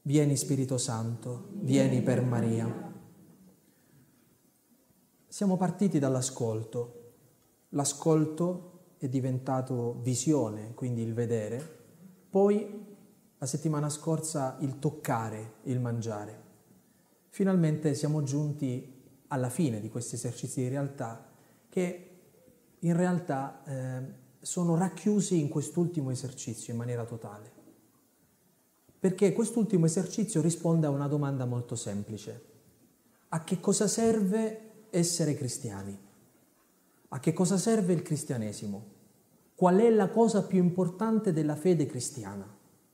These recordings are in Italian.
Vieni Spirito Santo, vieni per Maria. Siamo partiti dall'ascolto. L'ascolto è diventato visione, quindi il vedere. Poi, la settimana scorsa, il toccare, il mangiare. Finalmente siamo giunti alla fine di questi esercizi di realtà che in realtà sono racchiusi in quest'ultimo esercizio in maniera totale. Perché quest'ultimo esercizio risponde a una domanda molto semplice. A che cosa serve essere cristiani? A che cosa serve il cristianesimo? Qual è la cosa più importante della fede cristiana?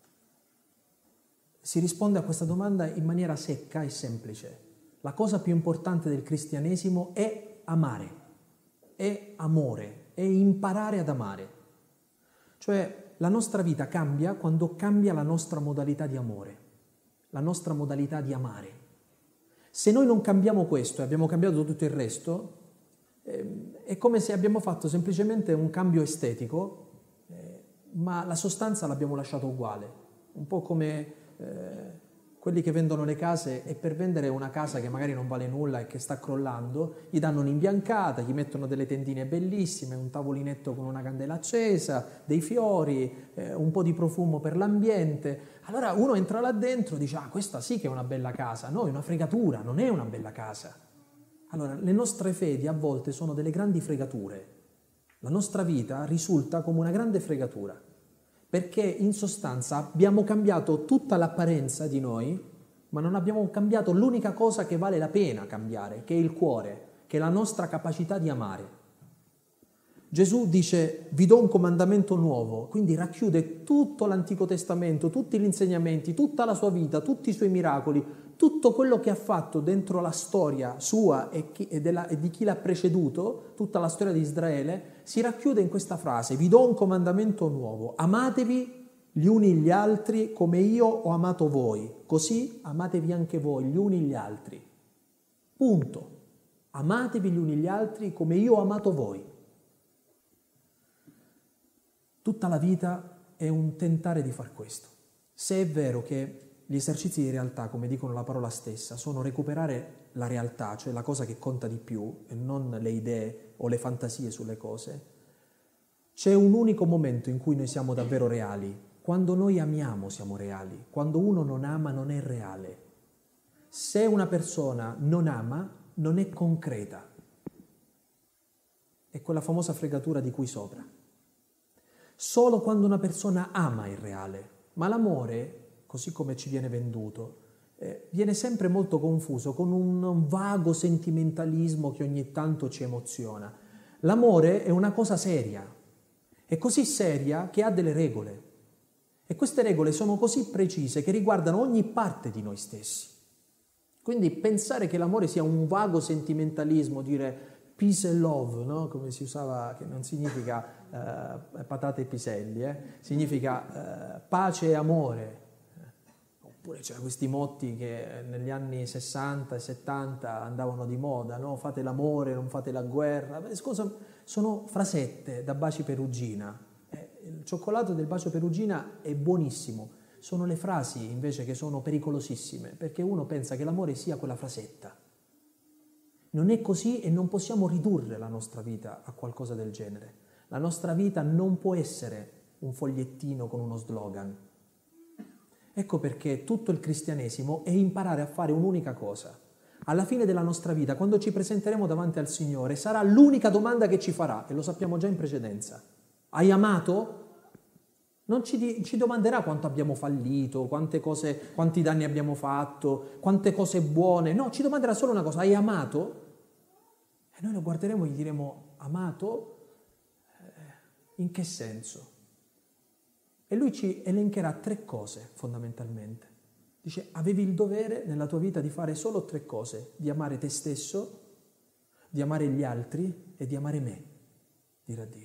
Si risponde a questa domanda in maniera secca e semplice. La cosa più importante del cristianesimo è amare, è amore, è imparare ad amare. Cioè, la nostra vita cambia quando cambia la nostra modalità di amore, la nostra modalità di amare. Se noi non cambiamo questo e abbiamo cambiato tutto il resto, è come se abbiamo fatto semplicemente un cambio estetico, ma la sostanza l'abbiamo lasciata uguale. Un po' come quelli che vendono le case e per vendere una casa che magari non vale nulla e che sta crollando, gli danno un'imbiancata, gli mettono delle tendine bellissime, un tavolinetto con una candela accesa, dei fiori, un po' di profumo per l'ambiente. Allora uno entra là dentro e dice, questa sì che è una bella casa. No, è una fregatura, non è una bella casa. Allora, le nostre fedi a volte sono delle grandi fregature. La nostra vita risulta come una grande fregatura. Perché in sostanza abbiamo cambiato tutta l'apparenza di noi, ma non abbiamo cambiato l'unica cosa che vale la pena cambiare, che è il cuore, che è la nostra capacità di amare. Gesù dice, vi do un comandamento nuovo, quindi racchiude tutto l'Antico Testamento, tutti gli insegnamenti, tutta la sua vita, tutti i suoi miracoli, tutto quello che ha fatto dentro la storia sua e di chi l'ha preceduto, tutta la storia di Israele, si racchiude in questa frase, vi do un comandamento nuovo, amatevi gli uni gli altri come io ho amato voi, così amatevi anche voi gli uni gli altri. Punto. Amatevi gli uni gli altri come io ho amato voi. Tutta la vita è un tentare di far questo. Se è vero che gli esercizi di realtà, come dicono la parola stessa, sono recuperare la realtà, cioè la cosa che conta di più, e non le idee o le fantasie sulle cose, c'è un unico momento in cui noi siamo davvero reali. Quando noi amiamo siamo reali. Quando uno non ama non è reale. Se una persona non ama, non è concreta. È quella famosa fregatura di cui sopra. Solo quando una persona ama è reale, ma l'amore, così come ci viene venduto, viene sempre molto confuso con un vago sentimentalismo che ogni tanto ci emoziona. L'amore è una cosa seria, è così seria che ha delle regole e queste regole sono così precise che riguardano ogni parte di noi stessi. Quindi pensare che l'amore sia un vago sentimentalismo, dire peace and love, no? Come si usava, che non significa patate e piselli, significa pace e amore. Oppure c'erano questi motti che negli anni 60 e 70 andavano di moda, no? Fate l'amore, non fate la guerra. Scusa, sono frasette da Baci Perugina. Il cioccolato del Bacio Perugina è buonissimo. Sono le frasi invece che sono pericolosissime, perché uno pensa che l'amore sia quella frasetta. Non è così e non possiamo ridurre la nostra vita a qualcosa del genere. La nostra vita non può essere un fogliettino con uno slogan. Ecco perché tutto il cristianesimo è imparare a fare un'unica cosa. Alla fine della nostra vita, quando ci presenteremo davanti al Signore, sarà l'unica domanda che ci farà, e lo sappiamo già in precedenza. Hai amato? Non ci domanderà quanto abbiamo fallito, quanti danni abbiamo fatto, quante cose buone. No, ci domanderà solo una cosa, hai amato? E noi lo guarderemo e gli diremo, amato? In che senso? E lui ci elencherà 3 cose fondamentalmente. Dice, avevi il dovere nella tua vita di fare solo 3 cose, di amare te stesso, di amare gli altri e di amare me, dirà Dio.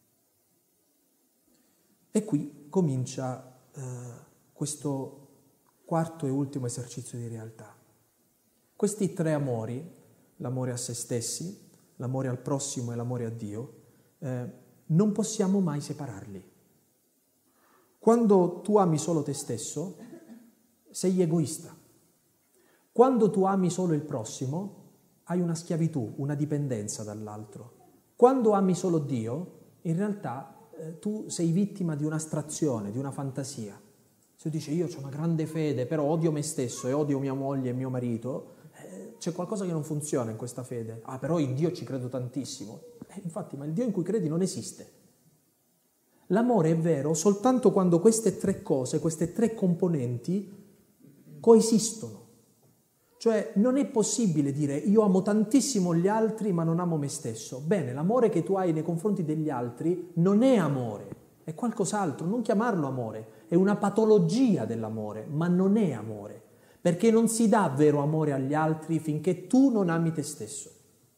E qui comincia questo quarto e ultimo esercizio di realtà. Questi 3 amori, l'amore a se stessi, l'amore al prossimo e l'amore a Dio, non possiamo mai separarli. Quando tu ami solo te stesso, sei egoista. Quando tu ami solo il prossimo, hai una schiavitù, una dipendenza dall'altro. Quando ami solo Dio, in realtà tu sei vittima di un'astrazione, di una fantasia. Se tu dici io ho una grande fede, però odio me stesso e odio mia moglie e mio marito, c'è qualcosa che non funziona in questa fede. Ah, però in Dio ci credo tantissimo. Infatti, ma il Dio in cui credi non esiste. L'amore è vero soltanto quando queste tre cose, queste tre componenti coesistono. Cioè non è possibile dire io amo tantissimo gli altri ma non amo me stesso. Bene, l'amore che tu hai nei confronti degli altri non è amore, è qualcos'altro, non chiamarlo amore, è una patologia dell'amore, ma non è amore, perché non si dà vero amore agli altri finché tu non ami te stesso.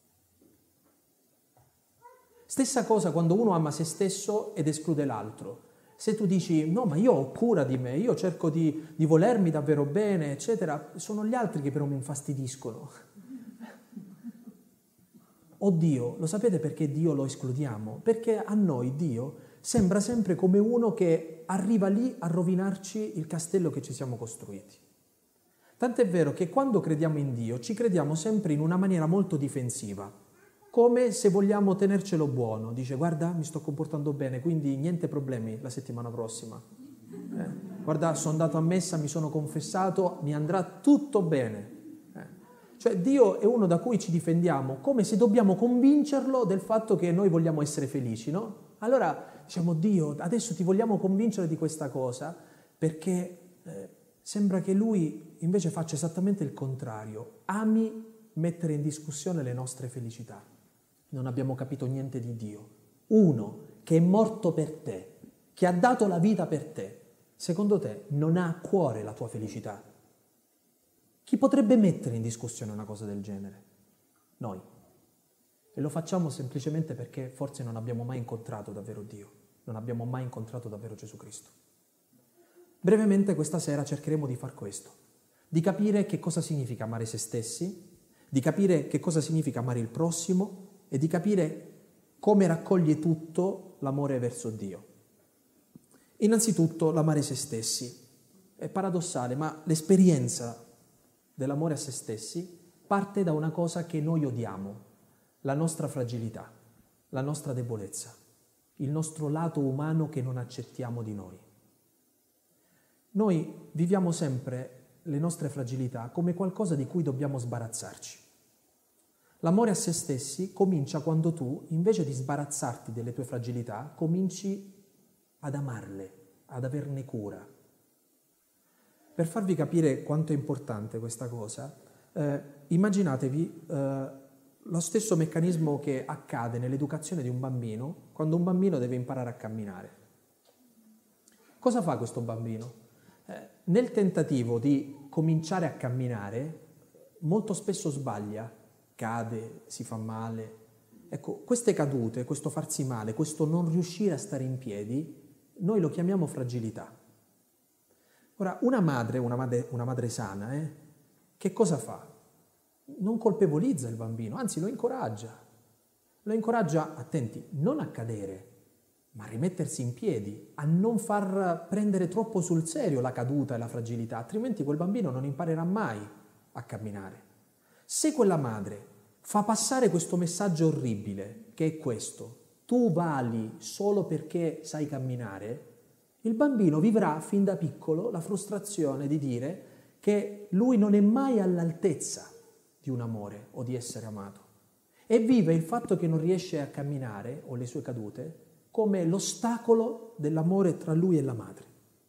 Stessa cosa quando uno ama se stesso ed esclude l'altro. Se tu dici, no, ma io ho cura di me, io cerco di volermi davvero bene, eccetera, sono gli altri che però mi infastidiscono. O Dio, lo sapete perché Dio lo escludiamo? Perché a noi Dio sembra sempre come uno che arriva lì a rovinarci il castello che ci siamo costruiti. Tant'è vero che quando crediamo in Dio ci crediamo sempre in una maniera molto difensiva, come se vogliamo tenercelo buono. Dice, guarda, mi sto comportando bene, quindi niente problemi la settimana prossima. Guarda, sono andato a messa, mi sono confessato, mi andrà tutto bene. Cioè Dio è uno da cui ci difendiamo, come se dobbiamo convincerlo del fatto che noi vogliamo essere felici, no? Allora diciamo, Dio, adesso ti vogliamo convincere di questa cosa, perché sembra che Lui invece faccia esattamente il contrario. Ami mettere in discussione le nostre felicità. Non abbiamo capito niente di Dio. Uno che è morto per te, che ha dato la vita per te, secondo te non ha a cuore la tua felicità? Chi potrebbe mettere in discussione una cosa del genere? Noi. E lo facciamo semplicemente perché forse non abbiamo mai incontrato davvero Dio, non abbiamo mai incontrato davvero Gesù Cristo. Brevemente questa sera cercheremo di far questo, di capire che cosa significa amare se stessi, di capire che cosa significa amare il prossimo e di capire come raccoglie tutto l'amore verso Dio. Innanzitutto l'amare se stessi. È paradossale, ma l'esperienza dell'amore a se stessi parte da una cosa che noi odiamo, la nostra fragilità, la nostra debolezza, il nostro lato umano che non accettiamo di noi. Noi viviamo sempre le nostre fragilità come qualcosa di cui dobbiamo sbarazzarci. L'amore a se stessi comincia quando tu, invece di sbarazzarti delle tue fragilità, cominci ad amarle, ad averne cura. Per farvi capire quanto è importante questa cosa, immaginatevi lo stesso meccanismo che accade nell'educazione di un bambino quando un bambino deve imparare a camminare. Cosa fa questo bambino? Nel tentativo di cominciare a camminare, molto spesso sbaglia, cade, si fa male. Ecco, queste cadute, questo farsi male, questo non riuscire a stare in piedi, noi lo chiamiamo fragilità. Ora, una madre sana, che cosa fa? Non colpevolizza il bambino, anzi lo incoraggia. Lo incoraggia, attenti, non a cadere, ma a rimettersi in piedi, a non far prendere troppo sul serio la caduta e la fragilità, altrimenti quel bambino non imparerà mai a camminare. Se quella madre fa passare questo messaggio orribile, che è questo, tu vali solo perché sai camminare, il bambino vivrà fin da piccolo la frustrazione di dire che lui non è mai all'altezza di un amore o di essere amato e vive il fatto che non riesce a camminare o le sue cadute come l'ostacolo dell'amore tra lui e la madre.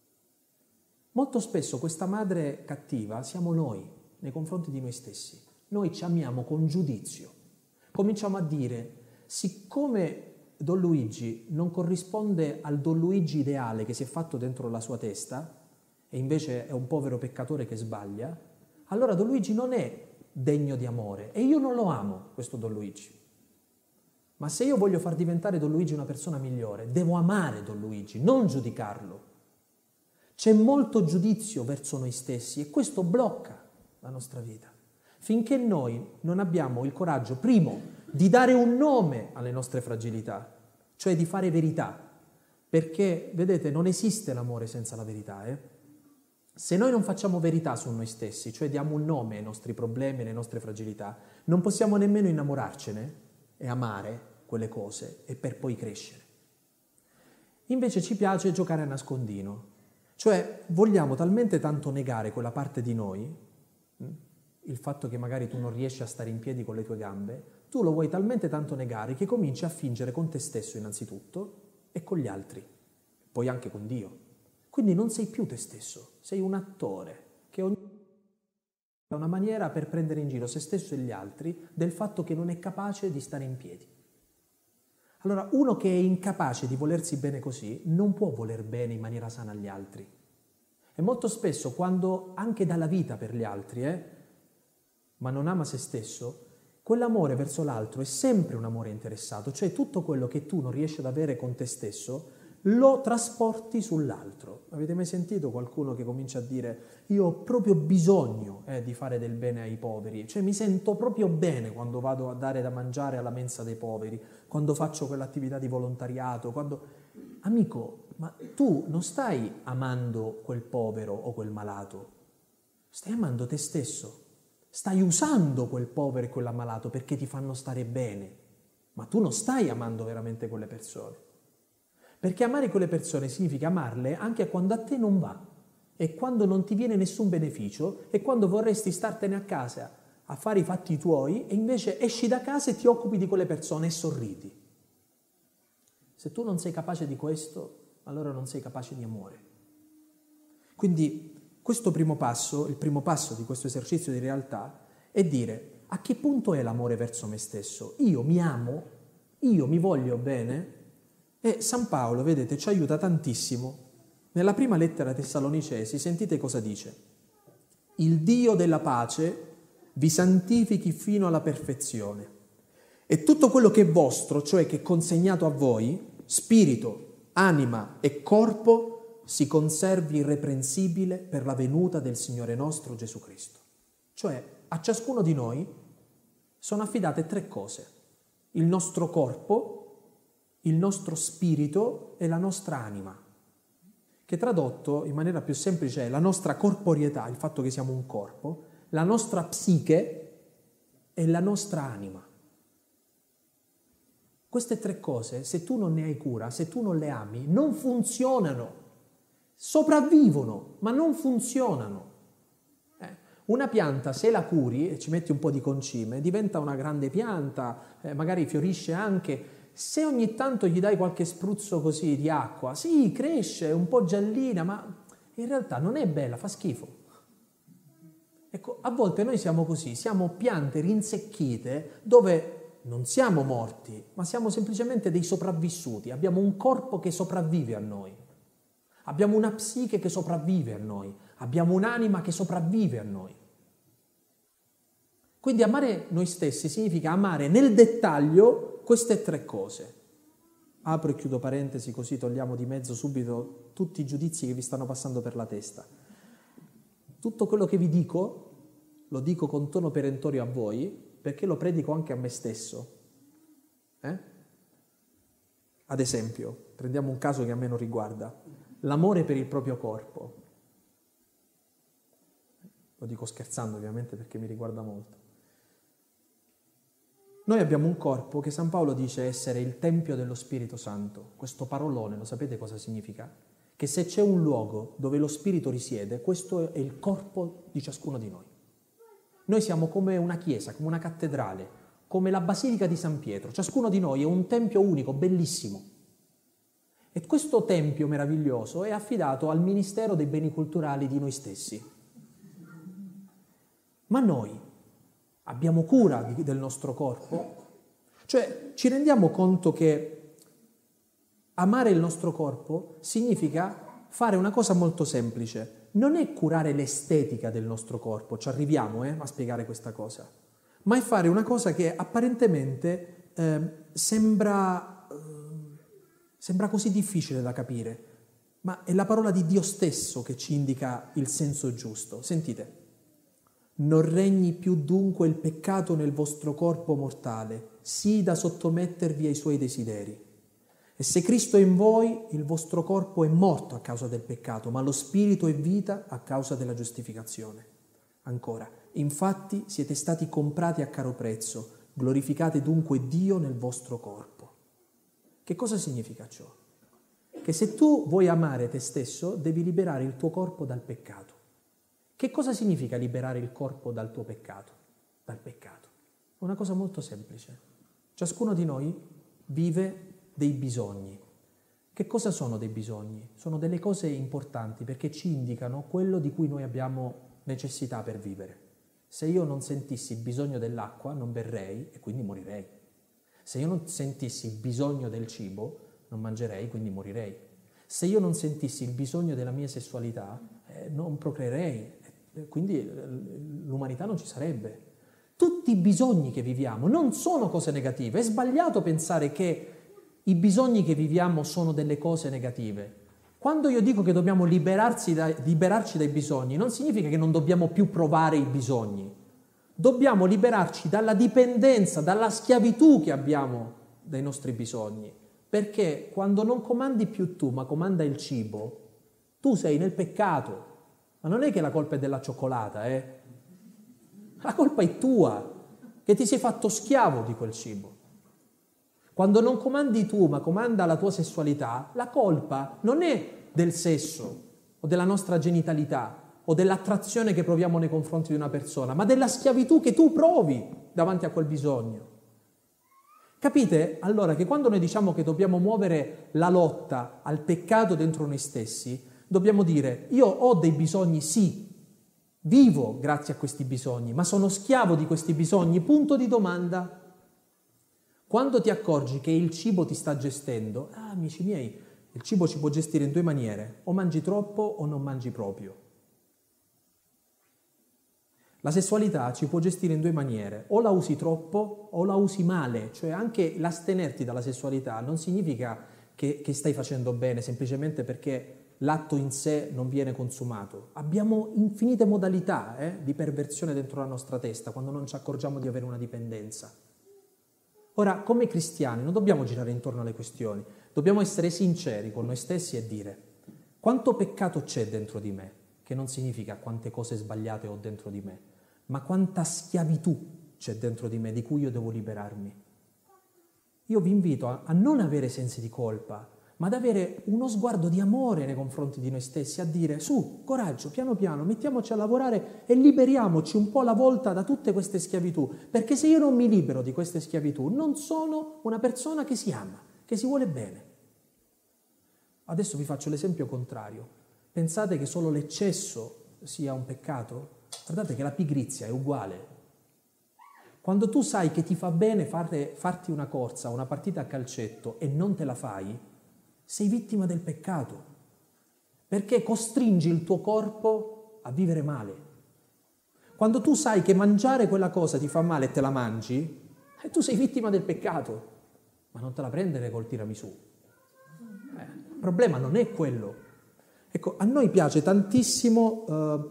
Molto spesso questa madre cattiva siamo noi nei confronti di noi stessi. Noi ci amiamo con giudizio. Cominciamo a dire, siccome Don Luigi non corrisponde al Don Luigi ideale che si è fatto dentro la sua testa e invece è un povero peccatore che sbaglia, allora Don Luigi non è degno di amore e io non lo amo, questo Don Luigi. Ma se io voglio far diventare Don Luigi una persona migliore, devo amare Don Luigi, non giudicarlo. C'è molto giudizio verso noi stessi e questo blocca la nostra vita. Finché noi non abbiamo il coraggio, primo, di dare un nome alle nostre fragilità, cioè di fare verità, perché, vedete, non esiste l'amore senza la verità. Se noi non facciamo verità su noi stessi, cioè diamo un nome ai nostri problemi, alle nostre fragilità, non possiamo nemmeno innamorarcene e amare quelle cose e per poi crescere. Invece ci piace giocare a nascondino, cioè vogliamo talmente tanto negare quella parte di noi, il fatto che magari tu non riesci a stare in piedi con le tue gambe, tu lo vuoi talmente tanto negare che cominci a fingere con te stesso innanzitutto e con gli altri, poi anche con Dio. Quindi non sei più te stesso, sei un attore che ogni ha una maniera per prendere in giro se stesso e gli altri del fatto che non è capace di stare in piedi. Allora, uno che è incapace di volersi bene così non può voler bene in maniera sana agli altri. E molto spesso quando anche dà la vita per gli altri, ma non ama se stesso, quell'amore verso l'altro è sempre un amore interessato, cioè tutto quello che tu non riesci ad avere con te stesso lo trasporti sull'altro. Avete mai sentito qualcuno che comincia a dire io ho proprio bisogno di fare del bene ai poveri, cioè mi sento proprio bene quando vado a dare da mangiare alla mensa dei poveri, quando faccio quell'attività di volontariato, quando... Amico, ma tu non stai amando quel povero o quel malato, stai amando te stesso, stai usando quel povero e quell'ammalato perché ti fanno stare bene, ma tu non stai amando veramente quelle persone. Perché amare quelle persone significa amarle anche quando a te non va e quando non ti viene nessun beneficio e quando vorresti startene a casa a fare i fatti tuoi e invece esci da casa e ti occupi di quelle persone e sorridi. Se tu non sei capace di questo, allora non sei capace di amore. Quindi questo primo passo, il primo passo di questo esercizio di realtà è dire a che punto è l'amore verso me stesso? Io mi amo? Io mi voglio bene? E San Paolo, vedete, ci aiuta tantissimo. Nella prima lettera ai Tessalonicesi, sentite cosa dice. Il Dio della pace vi santifichi fino alla perfezione. E tutto quello che è vostro, cioè che è consegnato a voi, spirito, anima e corpo, si conservi irreprensibile per la venuta del Signore nostro Gesù Cristo. Cioè, a ciascuno di noi sono affidate 3 cose. Il nostro corpo, il nostro spirito e la nostra anima, che tradotto in maniera più semplice è la nostra corporeità, il fatto che siamo un corpo, la nostra psiche e la nostra anima. Queste 3 cose, se tu non ne hai cura, se tu non le ami, non funzionano, sopravvivono, ma non funzionano. Una pianta, se la curi e ci metti un po' di concime, diventa una grande pianta, magari fiorisce anche. Se ogni tanto gli dai qualche spruzzo così di acqua, sì, cresce, è un po' giallina, ma in realtà non è bella, fa schifo. Ecco, a volte noi siamo così, siamo piante rinsecchite dove non siamo morti, ma siamo semplicemente dei sopravvissuti. Abbiamo un corpo che sopravvive a noi, abbiamo una psiche che sopravvive a noi, abbiamo un'anima che sopravvive a noi. Quindi amare noi stessi significa amare nel dettaglio queste 3 cose. Apro e chiudo parentesi così togliamo di mezzo subito tutti i giudizi che vi stanno passando per la testa. Tutto quello che vi dico, lo dico con tono perentorio a voi, perché lo predico anche a me stesso. Ad esempio, prendiamo un caso che a me non riguarda, l'amore per il proprio corpo. Lo dico scherzando ovviamente perché mi riguarda molto. Noi abbiamo un corpo che San Paolo dice essere il Tempio dello Spirito Santo. Questo parolone, lo sapete cosa significa? Che se c'è un luogo dove lo Spirito risiede, questo è il corpo di ciascuno di noi. Noi siamo come una chiesa, come una cattedrale, come la Basilica di San Pietro. Ciascuno di noi è un tempio unico, bellissimo. E questo tempio meraviglioso è affidato al ministero dei beni culturali di noi stessi. Ma noi abbiamo cura del nostro corpo? Cioè, ci rendiamo conto che amare il nostro corpo significa fare una cosa molto semplice. Non è curare l'estetica del nostro corpo, ci arriviamo a spiegare questa cosa, ma è fare una cosa che apparentemente sembra così difficile da capire, ma è la parola di Dio stesso che ci indica il senso giusto. Sentite. Non regni più dunque il peccato nel vostro corpo mortale, sì da sottomettervi ai suoi desideri. E se Cristo è in voi, il vostro corpo è morto a causa del peccato, ma lo spirito è vita a causa della giustificazione. Ancora, infatti siete stati comprati a caro prezzo, glorificate dunque Dio nel vostro corpo. Che cosa significa ciò? Che se tu vuoi amare te stesso, devi liberare il tuo corpo dal peccato. Che cosa significa liberare il corpo dal tuo peccato? Dal peccato. È una cosa molto semplice. Ciascuno di noi vive dei bisogni. Che cosa sono dei bisogni? Sono delle cose importanti perché ci indicano quello di cui noi abbiamo necessità per vivere. Se io non sentissi il bisogno dell'acqua, non berrei e quindi morirei. Se io non sentissi il bisogno del cibo, non mangerei, quindi morirei. Se io non sentissi il bisogno della mia sessualità, non procreerei, quindi l'umanità non ci sarebbe. Tutti i bisogni che viviamo non sono cose negative. È sbagliato pensare che i bisogni che viviamo sono delle cose negative. Quando io dico che dobbiamo liberarci dai bisogni, non significa che non dobbiamo più provare i bisogni. Dobbiamo liberarci dalla dipendenza, dalla schiavitù che abbiamo dai nostri bisogni. Perché quando non comandi più tu, ma comanda il cibo, tu sei nel peccato. Ma non è che la colpa è della cioccolata, La colpa è tua, che ti sei fatto schiavo di quel cibo. Quando non comandi tu, ma comanda la tua sessualità, la colpa non è del sesso o della nostra genitalità o dell'attrazione che proviamo nei confronti di una persona, ma della schiavitù che tu provi davanti a quel bisogno. Capite? Allora che quando noi diciamo che dobbiamo muovere la lotta al peccato dentro noi stessi, dobbiamo dire: io ho dei bisogni, sì, vivo grazie a questi bisogni, ma sono schiavo di questi bisogni, punto di domanda. Quando ti accorgi che il cibo ti sta gestendo, amici miei, il cibo ci può gestire in due maniere: o mangi troppo o non mangi proprio. La sessualità ci può gestire in due maniere: o la usi troppo o la usi male, cioè anche l'astenerti dalla sessualità non significa che stai facendo bene semplicemente perché l'atto in sé non viene consumato. Abbiamo infinite modalità di perversione dentro la nostra testa quando non ci accorgiamo di avere una dipendenza. Ora, come cristiani non dobbiamo girare intorno alle questioni, dobbiamo essere sinceri con noi stessi e dire: quanto peccato c'è dentro di me, che non significa quante cose sbagliate ho dentro di me, ma quanta schiavitù c'è dentro di me di cui io devo liberarmi. Io vi invito a non avere sensi di colpa, ma ad avere uno sguardo di amore nei confronti di noi stessi, a dire: su, coraggio, piano piano, mettiamoci a lavorare e liberiamoci un po' alla volta da tutte queste schiavitù, perché se io non mi libero di queste schiavitù non sono una persona che si ama, che si vuole bene. Adesso vi faccio l'esempio contrario. Pensate che solo l'eccesso sia un peccato? Guardate che la pigrizia è uguale. Quando tu sai che ti fa bene farti una corsa, una partita a calcetto e non te la fai, sei vittima del peccato, perché costringi il tuo corpo a vivere male. Quando tu sai che mangiare quella cosa ti fa male e te la mangi, tu sei vittima del peccato, ma non te la prendere col tiramisù. Il problema non è quello. Ecco, a noi piace tantissimo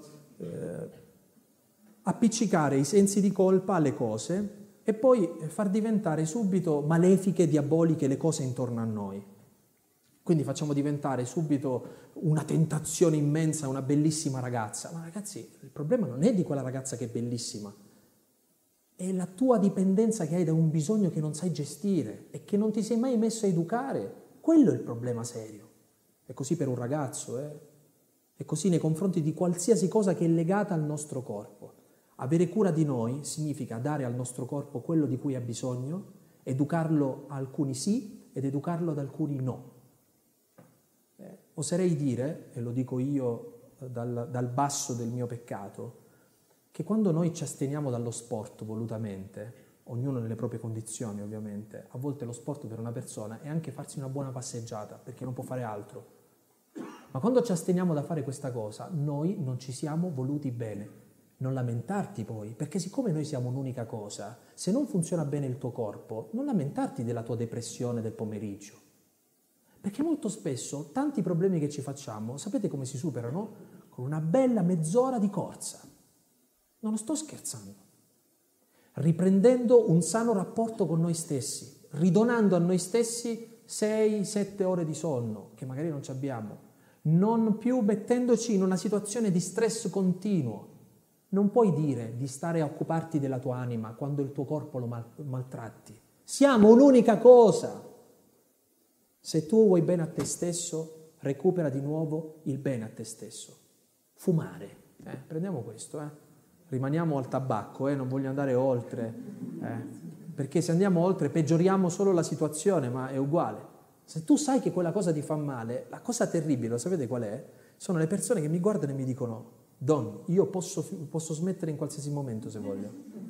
appiccicare i sensi di colpa alle cose e poi far diventare subito malefiche, diaboliche le cose intorno a noi. Quindi facciamo diventare subito una tentazione immensa una bellissima ragazza. Ma ragazzi, il problema non è di quella ragazza che è bellissima, è la tua dipendenza che hai da un bisogno che non sai gestire e che non ti sei mai messo a educare. Quello è il problema serio. È così per un ragazzo, È così nei confronti di qualsiasi cosa che è legata al nostro corpo. Avere cura di noi significa dare al nostro corpo quello di cui ha bisogno, educarlo a alcuni sì ed educarlo ad alcuni no. Oserei dire, e lo dico io dal basso del mio peccato, che quando noi ci asteniamo dallo sport volutamente, ognuno nelle proprie condizioni ovviamente, a volte lo sport per una persona è anche farsi una buona passeggiata, perché non può fare altro. Ma quando ci asteniamo da fare questa cosa, noi non ci siamo voluti bene. Non lamentarti poi, perché siccome noi siamo un'unica cosa, se non funziona bene il tuo corpo, non lamentarti della tua depressione del pomeriggio. Perché molto spesso tanti problemi che ci facciamo, sapete come si superano? Con una bella mezz'ora di corsa. Non sto scherzando. Riprendendo un sano rapporto con noi stessi, ridonando a noi stessi 6-7 ore di sonno, che magari non ci abbiamo, non più mettendoci in una situazione di stress continuo. Non puoi dire di stare a occuparti della tua anima quando il tuo corpo lo maltratti. Siamo un'unica cosa. Se tu vuoi bene a te stesso, recupera di nuovo il bene a te stesso. Fumare, prendiamo questo, rimaniamo al tabacco, non voglio andare oltre, perché se andiamo oltre peggioriamo solo la situazione, ma è uguale. Se tu sai che quella cosa ti fa male, la cosa terribile, lo sapete qual è? Sono le persone che mi guardano e mi dicono: Don, io posso smettere in qualsiasi momento se voglio.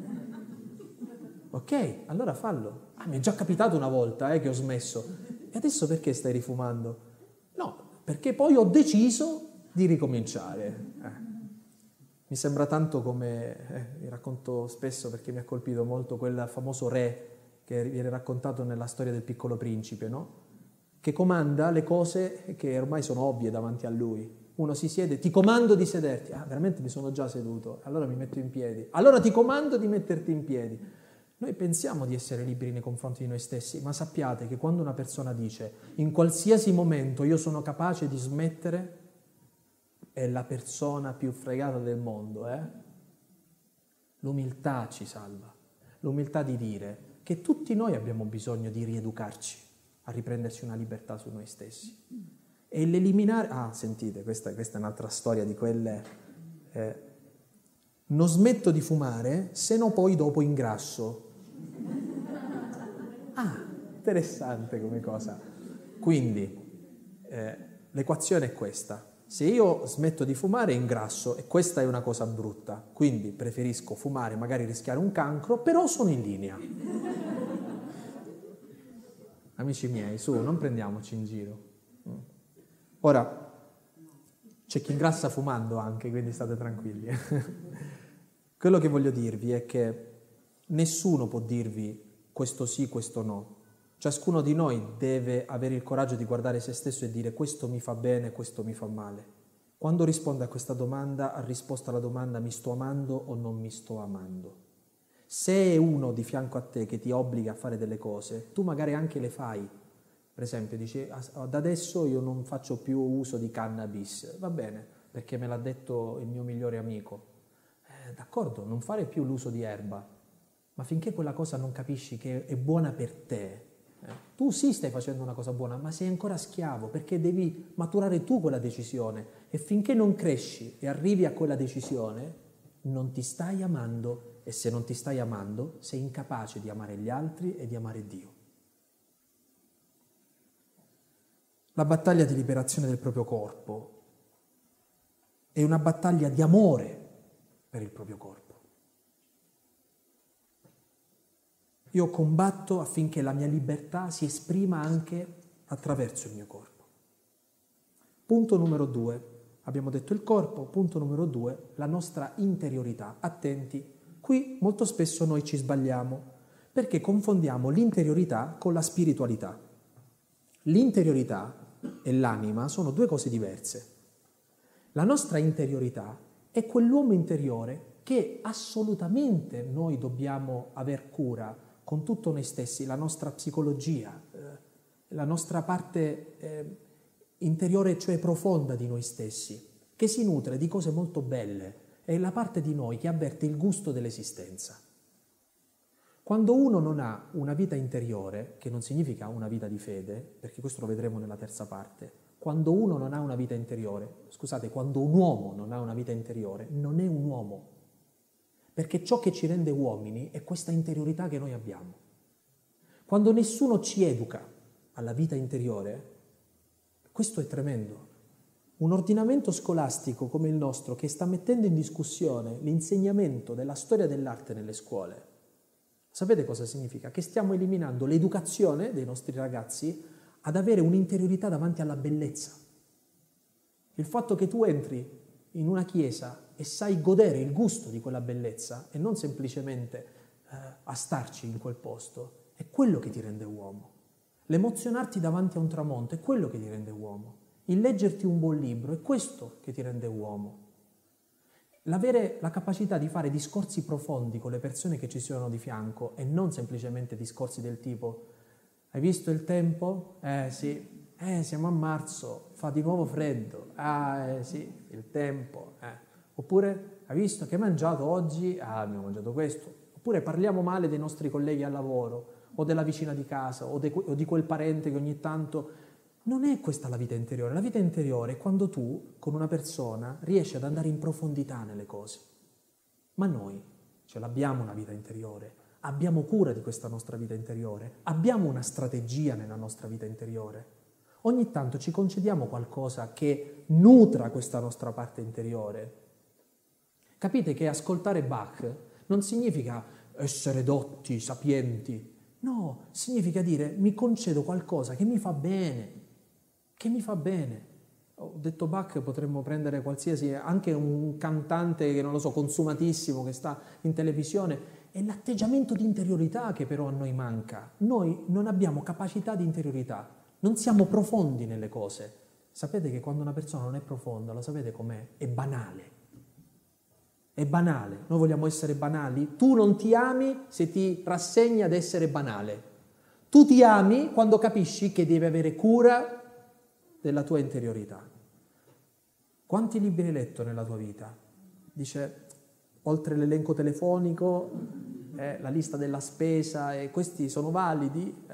Ok, allora fallo. Mi è già capitato una volta che ho smesso. E adesso perché stai rifumando? No, perché poi ho deciso di ricominciare. Mi sembra tanto come, vi racconto spesso perché mi ha colpito molto quel famoso re che viene raccontato nella storia del Piccolo Principe, no? Che comanda le cose che ormai sono ovvie davanti a lui. Uno si siede, ti comando di sederti. Veramente mi sono già seduto, allora mi metto in piedi. Allora ti comando di metterti in piedi. Noi pensiamo di essere liberi nei confronti di noi stessi, ma sappiate che quando una persona dice in qualsiasi momento io sono capace di smettere, è la persona più fregata del mondo. L'umiltà ci salva. L'umiltà di dire che tutti noi abbiamo bisogno di rieducarci, a riprenderci una libertà su noi stessi. E l'eliminare... sentite, questa è un'altra storia di quelle... non smetto di fumare, se no poi dopo ingrasso. Interessante come cosa. Quindi, l'equazione è questa. Se io smetto di fumare ingrasso, e questa è una cosa brutta, quindi preferisco fumare, magari rischiare un cancro, però sono in linea. Amici miei, su, non prendiamoci in giro. Ora, c'è chi ingrassa fumando anche, quindi state tranquilli. Quello che voglio dirvi è che nessuno può dirvi questo sì, questo no. Ciascuno di noi deve avere il coraggio di guardare se stesso e dire questo mi fa bene, questo mi fa male. Quando risponde a questa domanda, ha risposto alla domanda mi sto amando o non mi sto amando. Se è uno di fianco a te che ti obbliga a fare delle cose, tu magari anche le fai. Per esempio, dici, da adesso io non faccio più uso di cannabis. Va bene, perché me l'ha detto il mio migliore amico. D'accordo, non fare più l'uso di erba, ma finché quella cosa non capisci che è buona per te, tu sì stai facendo una cosa buona, ma sei ancora schiavo, perché devi maturare tu quella decisione. E finché non cresci e arrivi a quella decisione, non ti stai amando. E se non ti stai amando, sei incapace di amare gli altri e di amare Dio. La battaglia di liberazione del proprio corpo è una battaglia di amore per il proprio corpo. Io combatto affinché la mia libertà si esprima anche attraverso il mio corpo. Punto numero 2. Abbiamo detto il corpo. Punto numero 2, la nostra interiorità. Attenti, qui molto spesso noi ci sbagliamo perché confondiamo l'interiorità con la spiritualità. L'interiorità e l'anima sono due cose diverse. La nostra interiorità è quell'uomo interiore che assolutamente noi dobbiamo aver cura con tutto noi stessi, la nostra psicologia, la nostra parte interiore, cioè profonda di noi stessi, che si nutre di cose molto belle, è la parte di noi che avverte il gusto dell'esistenza. Quando uno non ha una vita interiore, che non significa una vita di fede, perché questo lo vedremo nella terza parte, quando uno non ha una vita interiore, quando un uomo non ha una vita interiore, non è un uomo. Perché ciò che ci rende uomini è questa interiorità che noi abbiamo. Quando nessuno ci educa alla vita interiore, questo è tremendo. Un ordinamento scolastico come il nostro, che sta mettendo in discussione l'insegnamento della storia dell'arte nelle scuole, sapete cosa significa? Che stiamo eliminando l'educazione dei nostri ragazzi ad avere un'interiorità davanti alla bellezza. Il fatto che tu entri in una chiesa e sai godere il gusto di quella bellezza e non semplicemente a starci in quel posto, è quello che ti rende uomo. L'emozionarti davanti a un tramonto è quello che ti rende uomo. Il leggerti un buon libro è questo che ti rende uomo. L'avere la capacità di fare discorsi profondi con le persone che ci sono di fianco e non semplicemente discorsi del tipo Hai visto il tempo? Sì. Siamo a marzo, fa di nuovo freddo. Sì, il tempo. Oppure, hai visto che hai mangiato oggi? Abbiamo mangiato questo. Oppure parliamo male dei nostri colleghi al lavoro, o della vicina di casa, o di quel parente che ogni tanto... Non è questa la vita interiore. La vita interiore è quando tu, con una persona, riesci ad andare in profondità nelle cose. Ma noi ce l'abbiamo una vita interiore, abbiamo cura di questa nostra vita interiore, abbiamo una strategia nella nostra vita interiore. Ogni tanto ci concediamo qualcosa che nutra questa nostra parte interiore. Capite che ascoltare Bach non significa essere dotti, sapienti. No, significa dire mi concedo qualcosa che mi fa bene, che mi fa bene. Ho detto Bach, potremmo prendere qualsiasi, anche un cantante che non lo so, consumatissimo, che sta in televisione. È l'atteggiamento di interiorità che però a noi manca. Noi non abbiamo capacità di interiorità, non siamo profondi nelle cose. Sapete che quando una persona non è profonda, lo sapete com'è? È banale. È banale. Noi vogliamo essere banali. Tu non ti ami se ti rassegni ad essere banale. Tu ti ami quando capisci che devi avere cura della tua interiorità. Quanti libri hai letto nella tua vita? Dice, oltre l'elenco telefonico, la lista della spesa, e questi sono validi.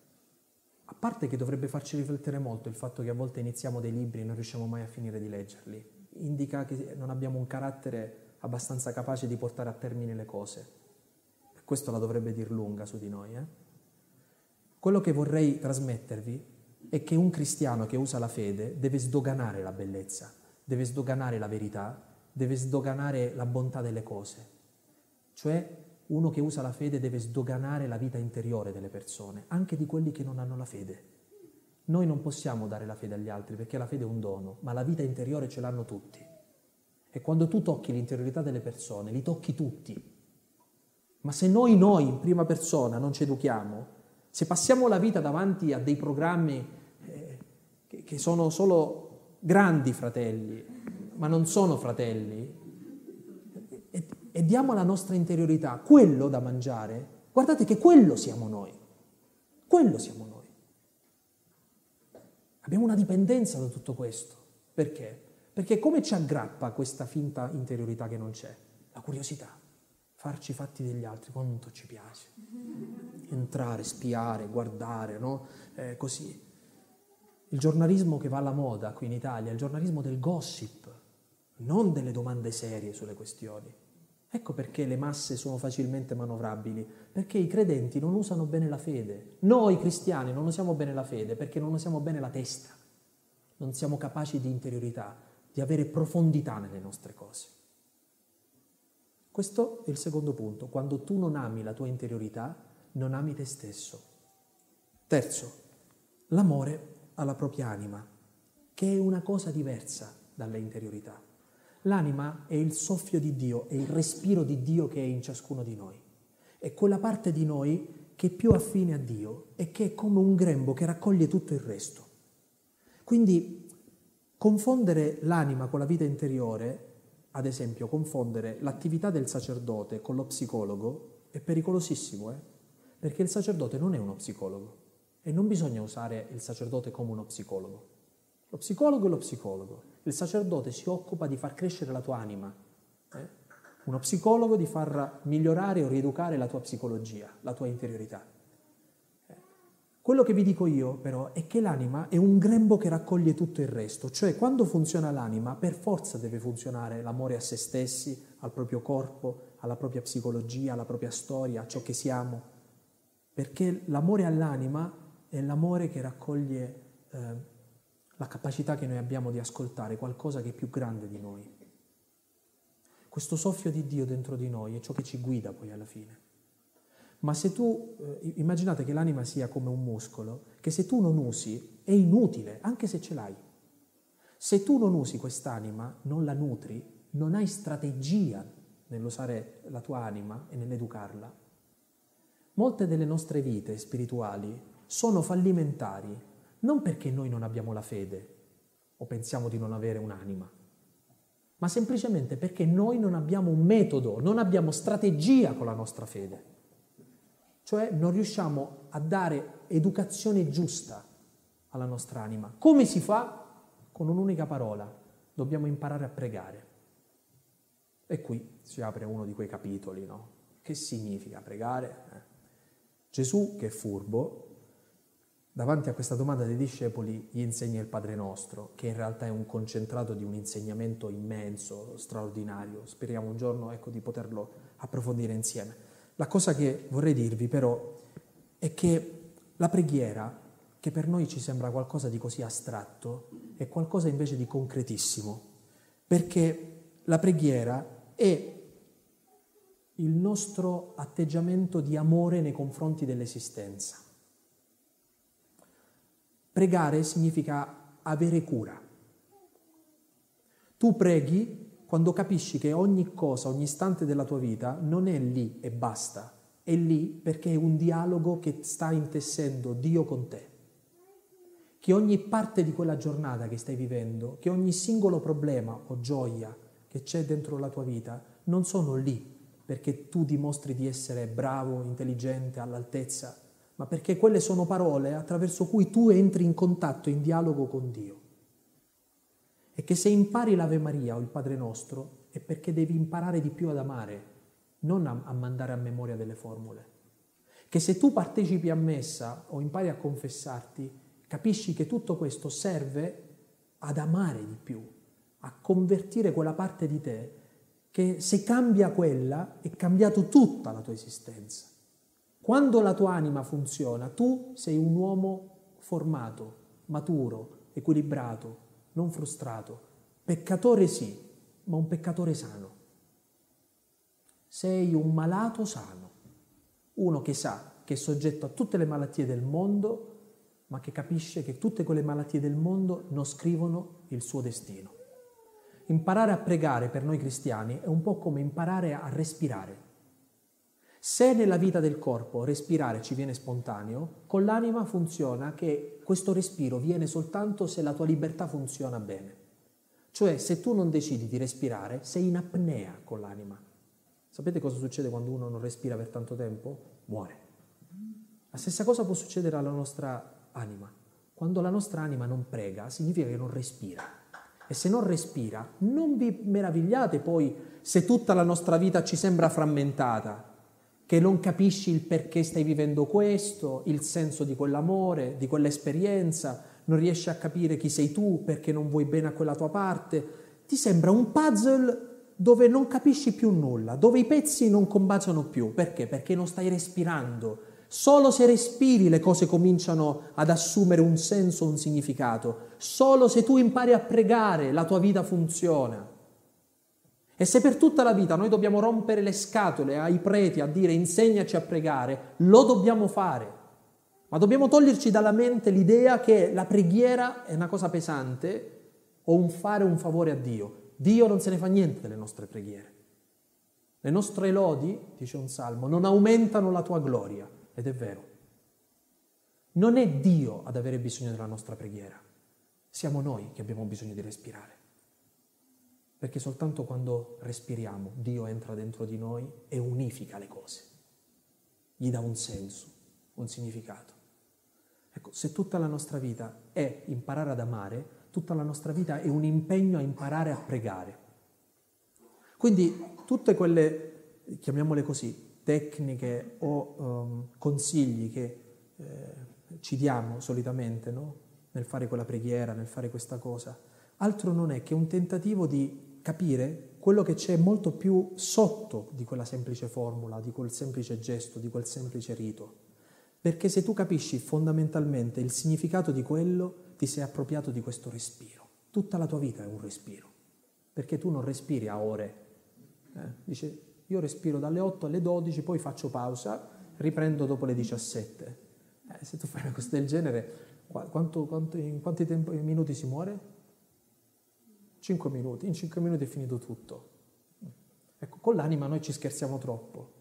A parte che dovrebbe farci riflettere molto il fatto che a volte iniziamo dei libri e non riusciamo mai a finire di leggerli. Indica che non abbiamo un carattere abbastanza capace di portare a termine le cose. E questo la dovrebbe dir lunga su di noi. Quello che vorrei trasmettervi è che un cristiano che usa la fede deve sdoganare la bellezza, deve sdoganare la verità, deve sdoganare la bontà delle cose. Cioè, uno che usa la fede deve sdoganare la vita interiore delle persone, anche di quelli che non hanno la fede. Noi non possiamo dare la fede agli altri perché la fede è un dono, ma la vita interiore ce l'hanno tutti. E quando tu tocchi l'interiorità delle persone, li tocchi tutti. Ma se noi in prima persona non ci educhiamo, se passiamo la vita davanti a dei programmi che sono solo grandi fratelli, ma non sono fratelli, e diamo alla nostra interiorità quello da mangiare, guardate che quello siamo noi. Quello siamo noi. Abbiamo una dipendenza da tutto questo. Perché? Perché come ci aggrappa questa finta interiorità che non c'è? La curiosità. Farci i fatti degli altri, quanto ci piace. Entrare, spiare, guardare, no? Così. Il giornalismo che va alla moda qui in Italia è il giornalismo del gossip, non delle domande serie sulle questioni. Ecco perché le masse sono facilmente manovrabili, perché i credenti non usano bene la fede. Noi cristiani non usiamo bene la fede perché non usiamo bene la testa. Non siamo capaci di interiorità, di avere profondità nelle nostre cose. Questo è il secondo punto. Quando tu non ami la tua interiorità, non ami te stesso. Terzo, l'amore alla propria anima, che è una cosa diversa dalla interiorità. L'anima è il soffio di Dio, è il respiro di Dio che è in ciascuno di noi. È quella parte di noi che è più affine a Dio e che è come un grembo che raccoglie tutto il resto. Quindi confondere l'anima con la vita interiore, ad esempio confondere l'attività del sacerdote con lo psicologo, è pericolosissimo, perché il sacerdote non è uno psicologo e non bisogna usare il sacerdote come uno psicologo. Lo psicologo è lo psicologo, il sacerdote si occupa di far crescere la tua anima, uno psicologo di far migliorare o rieducare la tua psicologia, la tua interiorità. Quello che vi dico io però è che l'anima è un grembo che raccoglie tutto il resto, cioè quando funziona l'anima per forza deve funzionare l'amore a se stessi, al proprio corpo, alla propria psicologia, alla propria storia, a ciò che siamo, perché l'amore all'anima è l'amore che raccoglie la capacità che noi abbiamo di ascoltare qualcosa che è più grande di noi. Questo soffio di Dio dentro di noi è ciò che ci guida poi alla fine. Ma se tu, immaginate che l'anima sia come un muscolo, che se tu non usi è inutile, anche se ce l'hai. Se tu non usi quest'anima, non la nutri, non hai strategia nell'usare la tua anima e nell'educarla, molte delle nostre vite spirituali sono fallimentari, non perché noi non abbiamo la fede o pensiamo di non avere un'anima, ma semplicemente perché noi non abbiamo un metodo, non abbiamo strategia con la nostra fede. Cioè non riusciamo a dare educazione giusta alla nostra anima. Come si fa? Con un'unica parola: dobbiamo imparare a pregare. E qui si apre uno di quei capitoli, no? Che significa pregare? Gesù, che è furbo, davanti a questa domanda dei discepoli gli insegna il Padre Nostro, che in realtà è un concentrato di un insegnamento immenso, straordinario. Speriamo un giorno, di poterlo approfondire insieme. La cosa che vorrei dirvi però è che la preghiera, che per noi ci sembra qualcosa di così astratto, è qualcosa invece di concretissimo, perché la preghiera è il nostro atteggiamento di amore nei confronti dell'esistenza. Pregare significa avere cura. Tu preghi quando capisci che ogni cosa, ogni istante della tua vita non è lì e basta, è lì perché è un dialogo che sta intessendo Dio con te. Che ogni parte di quella giornata che stai vivendo, che ogni singolo problema o gioia che c'è dentro la tua vita, non sono lì perché tu dimostri di essere bravo, intelligente, all'altezza, ma perché quelle sono parole attraverso cui tu entri in contatto, in dialogo con Dio. E che se impari l'Ave Maria o il Padre Nostro è perché devi imparare di più ad amare, non a mandare a memoria delle formule. Che se tu partecipi a messa o impari a confessarti, capisci che tutto questo serve ad amare di più, a convertire quella parte di te che se cambia quella è cambiato tutta la tua esistenza. Quando la tua anima funziona, tu sei un uomo formato, maturo, equilibrato, non frustrato. Peccatore sì, ma un peccatore sano. Sei un malato sano, uno che sa che è soggetto a tutte le malattie del mondo, ma che capisce che tutte quelle malattie del mondo non scrivono il suo destino. Imparare a pregare per noi cristiani è un po' come imparare a respirare. Se nella vita del corpo respirare ci viene spontaneo, con l'anima funziona che questo respiro viene soltanto se la tua libertà funziona bene. Cioè, se tu non decidi di respirare, sei in apnea con l'anima. Sapete cosa succede quando uno non respira per tanto tempo? Muore. La stessa cosa può succedere alla nostra anima. Quando la nostra anima non prega, significa che non respira. E se non respira, non vi meravigliate poi se tutta la nostra vita ci sembra frammentata, che non capisci il perché stai vivendo questo, il senso di quell'amore, di quell'esperienza, non riesci a capire chi sei tu perché non vuoi bene a quella tua parte. Ti sembra un puzzle dove non capisci più nulla, dove i pezzi non combaciano più. Perché? Perché non stai respirando. Solo se respiri le cose cominciano ad assumere un senso, un significato. Solo se tu impari a pregare la tua vita funziona. E se per tutta la vita noi dobbiamo rompere le scatole ai preti a dire insegnaci a pregare, lo dobbiamo fare. Ma dobbiamo toglierci dalla mente l'idea che la preghiera è una cosa pesante o un fare un favore a Dio. Dio non se ne fa niente delle nostre preghiere. Le nostre lodi, dice un salmo, non aumentano la tua gloria. Ed è vero. Non è Dio ad avere bisogno della nostra preghiera. Siamo noi che abbiamo bisogno di respirare. Perché soltanto quando respiriamo Dio entra dentro di noi e unifica le cose. Gli dà un senso, un significato. Ecco, se tutta la nostra vita è imparare ad amare, tutta la nostra vita è un impegno a imparare a pregare. Quindi tutte quelle, chiamiamole così, tecniche o consigli che ci diamo solitamente, no? Nel fare quella preghiera, nel fare questa cosa, altro non è che un tentativo di capire quello che c'è molto più sotto di quella semplice formula, di quel semplice gesto, di quel semplice rito. Perché se tu capisci fondamentalmente il significato di quello, ti sei appropriato di questo respiro. Tutta la tua vita è un respiro, perché tu non respiri a ore. Dice, io respiro dalle 8 alle 12, poi faccio pausa, riprendo dopo le 17. Se tu fai una cosa del genere, in quanti minuti si muore? 5 minuti. In 5 minuti è finito tutto. Ecco, con l'anima noi ci scherziamo troppo.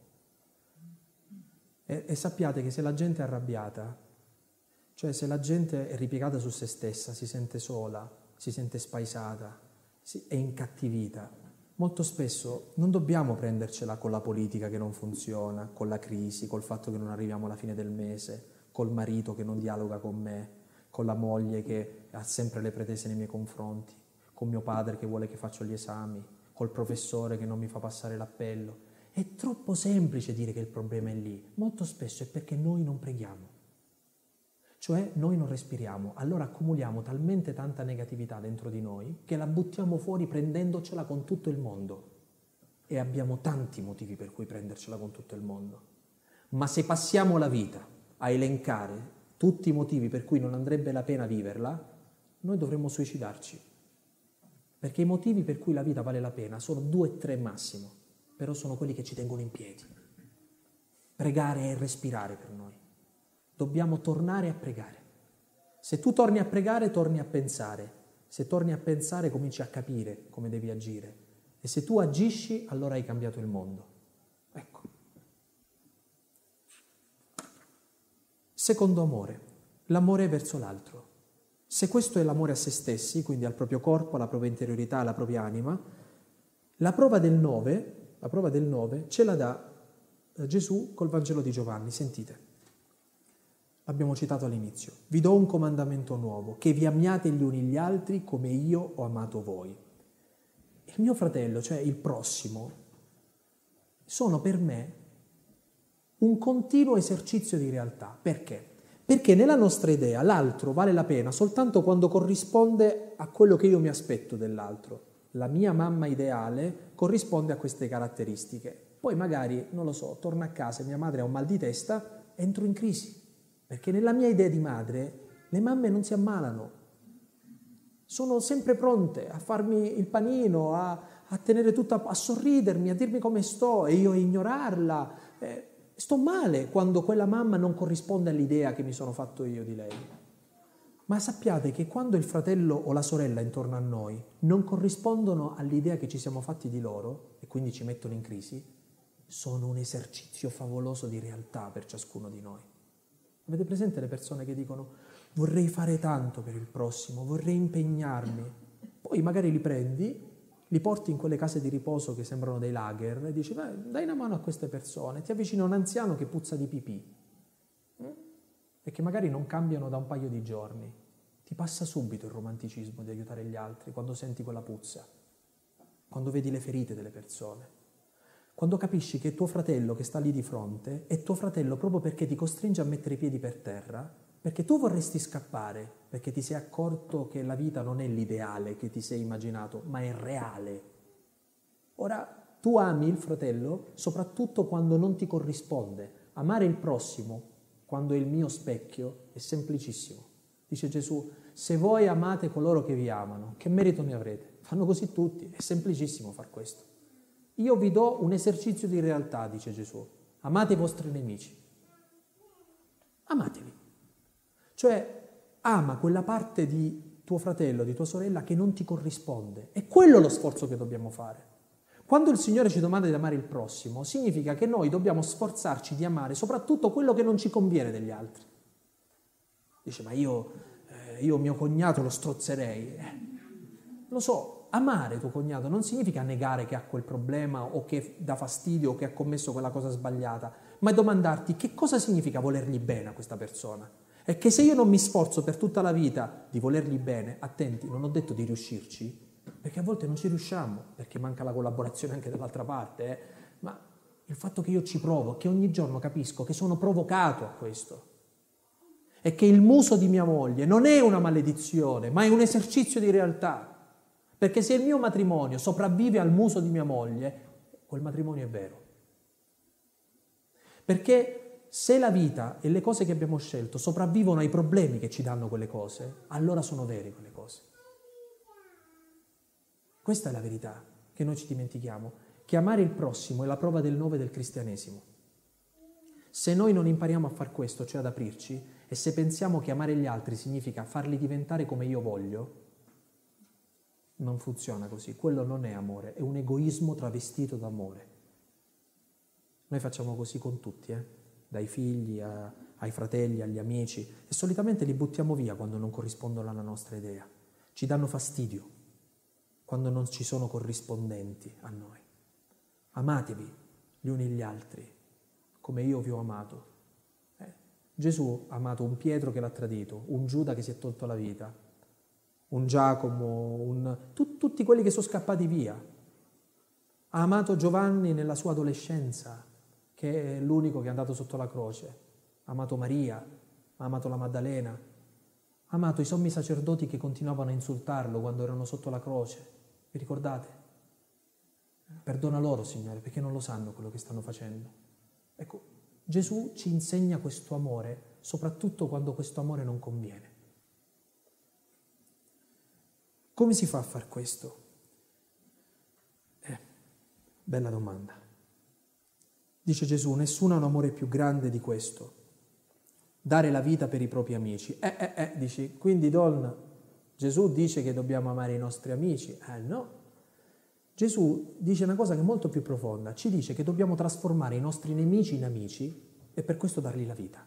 E sappiate che se la gente è arrabbiata, cioè se la gente è ripiegata su se stessa, si sente sola, si sente spaesata, è incattivita, molto spesso non dobbiamo prendercela con la politica che non funziona, con la crisi, col fatto che non arriviamo alla fine del mese, col marito che non dialoga con me, con la moglie che ha sempre le pretese nei miei confronti, con mio padre che vuole che faccia gli esami, col professore che non mi fa passare l'appello. È troppo semplice dire che il problema è lì. Molto spesso è perché noi non preghiamo. Cioè noi non respiriamo, allora accumuliamo talmente tanta negatività dentro di noi che la buttiamo fuori prendendocela con tutto il mondo. E abbiamo tanti motivi per cui prendercela con tutto il mondo. Ma se passiamo la vita a elencare tutti i motivi per cui non andrebbe la pena viverla, noi dovremmo suicidarci. Perché i motivi per cui la vita vale la pena sono 2 o 3 massimo, però sono quelli che ci tengono in piedi. Pregare è respirare per noi. Dobbiamo tornare a pregare. Se tu torni a pregare, torni a pensare. Se torni a pensare, cominci a capire come devi agire. E se tu agisci, allora hai cambiato il mondo. Ecco. Secondo amore, l'amore verso l'altro. Se questo è l'amore a se stessi, quindi al proprio corpo, alla propria interiorità, alla propria anima, la prova del 9 ce la dà Gesù col Vangelo di Giovanni. Sentite. L'abbiamo citato all'inizio. Vi do un comandamento nuovo, che vi amiate gli uni gli altri come io ho amato voi. Il mio fratello, cioè il prossimo, sono per me un continuo esercizio di realtà. Perché? Perché nella nostra idea l'altro vale la pena soltanto quando corrisponde a quello che io mi aspetto dell'altro. La mia mamma ideale corrisponde a queste caratteristiche. Poi magari, non lo so, torno a casa e mia madre ha un mal di testa, entro in crisi. Perché nella mia idea di madre le mamme non si ammalano. Sono sempre pronte a farmi il panino, a tenere tutto, a sorridermi, a dirmi come sto e io a ignorarla. Sto male quando quella mamma non corrisponde all'idea che mi sono fatto io di lei. Ma sappiate che quando il fratello o la sorella intorno a noi non corrispondono all'idea che ci siamo fatti di loro e quindi ci mettono in crisi, sono un esercizio favoloso di realtà per ciascuno di noi. Avete presente le persone che dicono vorrei fare tanto per il prossimo, vorrei impegnarmi, poi magari li prendi, li porti in quelle case di riposo che sembrano dei lager e dici dai una mano a queste persone, ti avvicina un anziano che puzza di pipì e che magari non cambiano da un paio di giorni, ti passa subito il romanticismo di aiutare gli altri quando senti quella puzza, quando vedi le ferite delle persone. Quando capisci che tuo fratello che sta lì di fronte è tuo fratello proprio perché ti costringe a mettere i piedi per terra, perché tu vorresti scappare, perché ti sei accorto che la vita non è l'ideale che ti sei immaginato, ma è reale. Ora, tu ami il fratello soprattutto quando non ti corrisponde. Amare il prossimo, quando è il mio specchio, è semplicissimo. Dice Gesù, se voi amate coloro che vi amano, che merito ne avrete? Fanno così tutti, è semplicissimo far questo. Io vi do un esercizio di realtà, dice Gesù. Amate i vostri nemici. Amateli. Cioè, ama quella parte di tuo fratello, di tua sorella che non ti corrisponde. È quello lo sforzo che dobbiamo fare. Quando il Signore ci domanda di amare il prossimo, significa che noi dobbiamo sforzarci di amare soprattutto quello che non ci conviene degli altri. Dice, ma io mio cognato lo strozzerei. Lo so. Amare tuo cognato non significa negare che ha quel problema o che dà fastidio o che ha commesso quella cosa sbagliata, ma è domandarti che cosa significa volergli bene a questa persona. E che se io non mi sforzo per tutta la vita di volergli bene, attenti, non ho detto di riuscirci, perché a volte non ci riusciamo, perché manca la collaborazione anche dall'altra parte, ma il fatto che io ci provo, che ogni giorno capisco che sono provocato a questo, e che il muso di mia moglie non è una maledizione, ma è un esercizio di realtà. Perché se il mio matrimonio sopravvive al muso di mia moglie, quel matrimonio è vero. Perché se la vita e le cose che abbiamo scelto sopravvivono ai problemi che ci danno quelle cose, allora sono vere quelle cose. Questa è la verità che noi ci dimentichiamo, che amare il prossimo è la prova del 9 del cristianesimo. Se noi non impariamo a far questo, cioè ad aprirci, e se pensiamo che amare gli altri significa farli diventare come io voglio, non funziona così, quello non è amore, è un egoismo travestito d'amore. Noi facciamo così con tutti, dai figli ai fratelli, agli amici, e solitamente li buttiamo via quando non corrispondono alla nostra idea. Ci danno fastidio quando non ci sono corrispondenti a noi. Amatevi gli uni gli altri, come io vi ho amato. Gesù ha amato un Pietro che l'ha tradito, un Giuda che si è tolto la vita, un Giacomo, tutti quelli che sono scappati via. Ha amato Giovanni nella sua adolescenza, che è l'unico che è andato sotto la croce. Ha amato Maria, ha amato la Maddalena, ha amato i sommi sacerdoti che continuavano a insultarlo quando erano sotto la croce. Vi ricordate? Perdona loro, Signore, perché non lo sanno quello che stanno facendo. Ecco, Gesù ci insegna questo amore, soprattutto quando questo amore non conviene. Come si fa a far questo? Bella domanda. Dice Gesù, nessuno ha un amore più grande di questo, dare la vita per i propri amici. Dici, quindi Don, Gesù dice che dobbiamo amare i nostri amici? No. Gesù dice una cosa che è molto più profonda, ci dice che dobbiamo trasformare i nostri nemici in amici e per questo dargli la vita.